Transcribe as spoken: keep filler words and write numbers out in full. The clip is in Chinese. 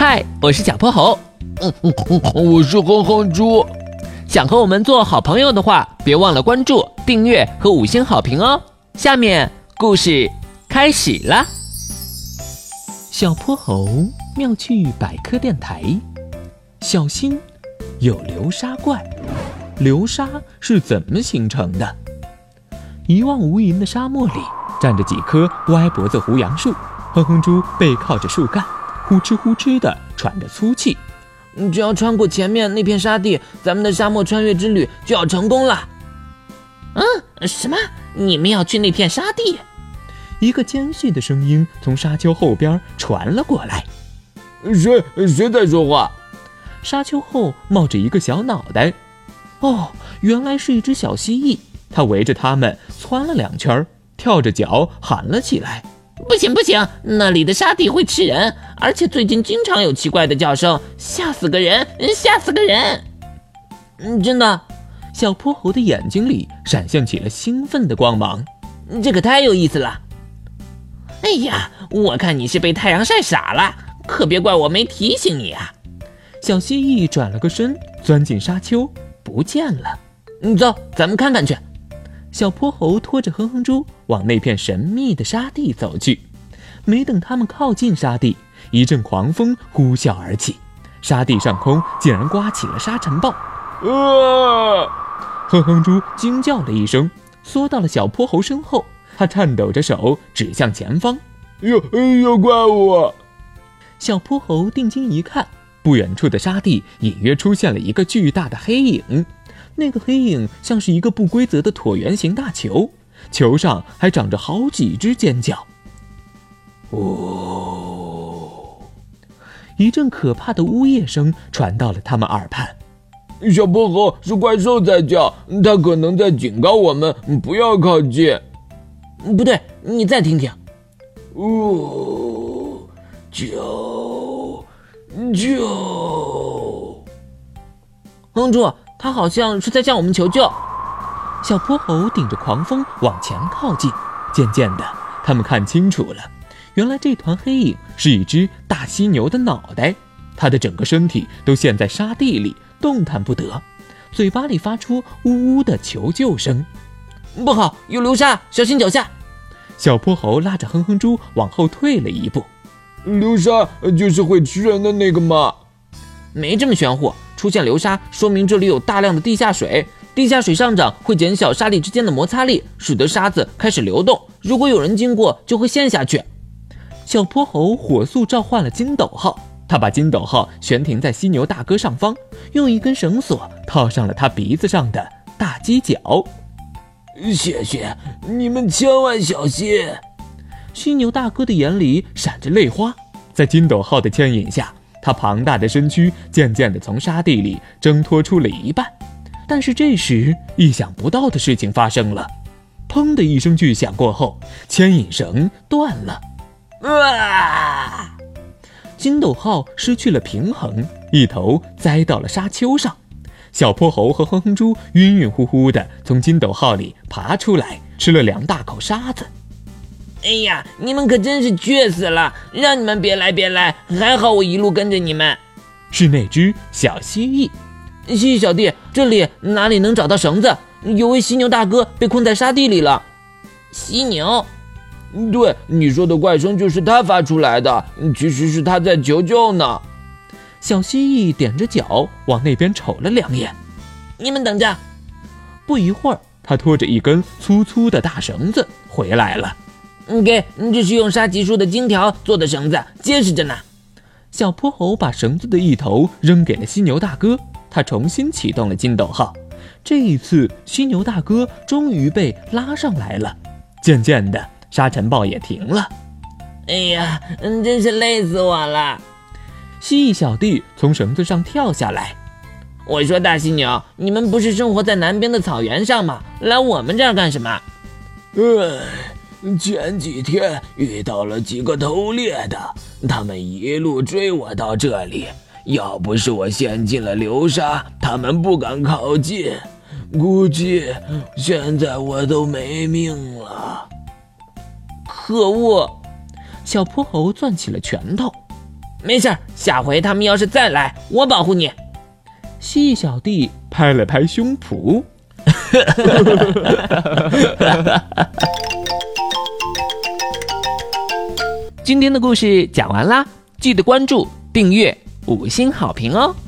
嗨，我是小泼猴。 嗯嗯嗯，我是哼哼猪。 想和我们做好朋友的话，别忘了关注、订阅和五星好评哦。下面故事开始啦。小泼猴妙趣百科电台，小心有流沙怪。流沙是怎么形成的？一望无垠的沙漠里站着几棵歪脖子胡杨树，哼哼猪背靠着树干，呼哧呼哧地喘着粗气。 只要穿过前面那片沙地，咱们的沙漠穿越之旅就要成功了。 嗯，什么？你们要去那片沙地？ 一个尖细的声音从沙丘后边传了过来。 谁谁在说话？ 沙丘后冒着一个小脑袋。哦，原来是一只小蜥蜴。它围着他们窜了两圈，跳着脚喊了起来。 不行不行，那里的沙地会吃人，而且最近经常有奇怪的叫声，吓死个人，吓死个人。 嗯，真的？ 小泼猴的眼睛里闪现起了兴奋的光芒。 这可太有意思了。 哎呀，我看你是被太阳晒傻了，可别怪我没提醒你啊。 小蜥蜴转了个身，钻进沙丘，不见了。 你走，咱们看看去。 小泼猴拖着哼哼猪往那片神秘的沙地走去。没等他们靠近沙地，一阵狂风呼啸而起，沙地上空竟然刮起了沙尘暴。 啊！ 哼哼猪惊叫了一声，缩到了小泼猴身后。他颤抖着手指向前方。 有有怪物！ 小泼猴定睛一看，不远处的沙地隐约出现了一个巨大的黑影。那个黑影像是一个不规则的椭圆形大球，球上还长着好几只尖角。哦！一阵可怕的呜咽声传到了他们耳畔。 小泼猴，是怪兽在叫，它可能在警告我们不要靠近。 不对，你再听听。 哦，救救！ 哼猪，他好像是在向我们求救。 小泼猴顶着狂风往前靠近，渐渐的，他们看清楚了，原来这团黑影是一只大犀牛的脑袋，它的整个身体都陷在沙地里，动弹不得，嘴巴里发出呜呜的求救声。 不好，有流沙，小心脚下！ 小泼猴拉着哼哼猪往后退了一步。 流沙就是会吃人的那个吗？ 没这么玄乎，出现流沙说明这里有大量的地下水，地下水上涨会减小沙粒之间的摩擦力，使得沙子开始流动，如果有人经过就会陷下去。 小泼猴火速召唤了筋斗号，他把筋斗号悬停在犀牛大哥上方，用一根绳索套上了他鼻子上的大犄角。 谢谢，你们千万小心！ 犀牛大哥的眼里闪着泪花，在筋斗号的牵引下，他庞大的身躯渐渐地从沙地里挣脱出了一半。但是这时，意想不到的事情发生了。砰的一声巨响过后，牵引绳断了。 啊！ 筋斗号失去了平衡，一头栽到了沙丘上。小泼猴和哼哼猪晕晕乎乎地从筋斗号里爬出来，吃了两大口沙子。 哎呀，你们可真是缺死了！让你们别来别来，还好我一路跟着你们。 是那只小蜥蜴。 蜥蜴小弟，这里哪里能找到绳子？有位犀牛大哥被困在沙地里了。 犀牛？ 对，你说的怪声就是他发出来的，其实是他在求救呢。 小蜥蜴踮着脚往那边瞅了两眼。 你们等着。 不一会儿，他拖着一根粗粗的大绳子回来了。 给，这是用沙棘树的荆条做的绳子，结实着呢。 小泼猴把绳子的一头扔给了犀牛大哥，他重新启动了筋斗号。这一次，犀牛大哥终于被拉上来了。渐渐的，沙尘暴也停了。 哎呀，真是累死我了。 蜥蜴小弟从绳子上跳下来。 我说大犀牛，你们不是生活在南边的草原上吗？来我们这儿干什么？ 唉，前几天遇到了几个偷猎的，他们一路追我到这里，要不是我陷进了流沙，他们不敢靠近，估计现在我都没命了。 可恶！ 小泼猴攥起了拳头。 没事儿，下回他们要是再来，我保护你。 蜥蜴小弟拍了拍胸脯。 今天的故事讲完啦，记得关注、订阅、五星好评哦。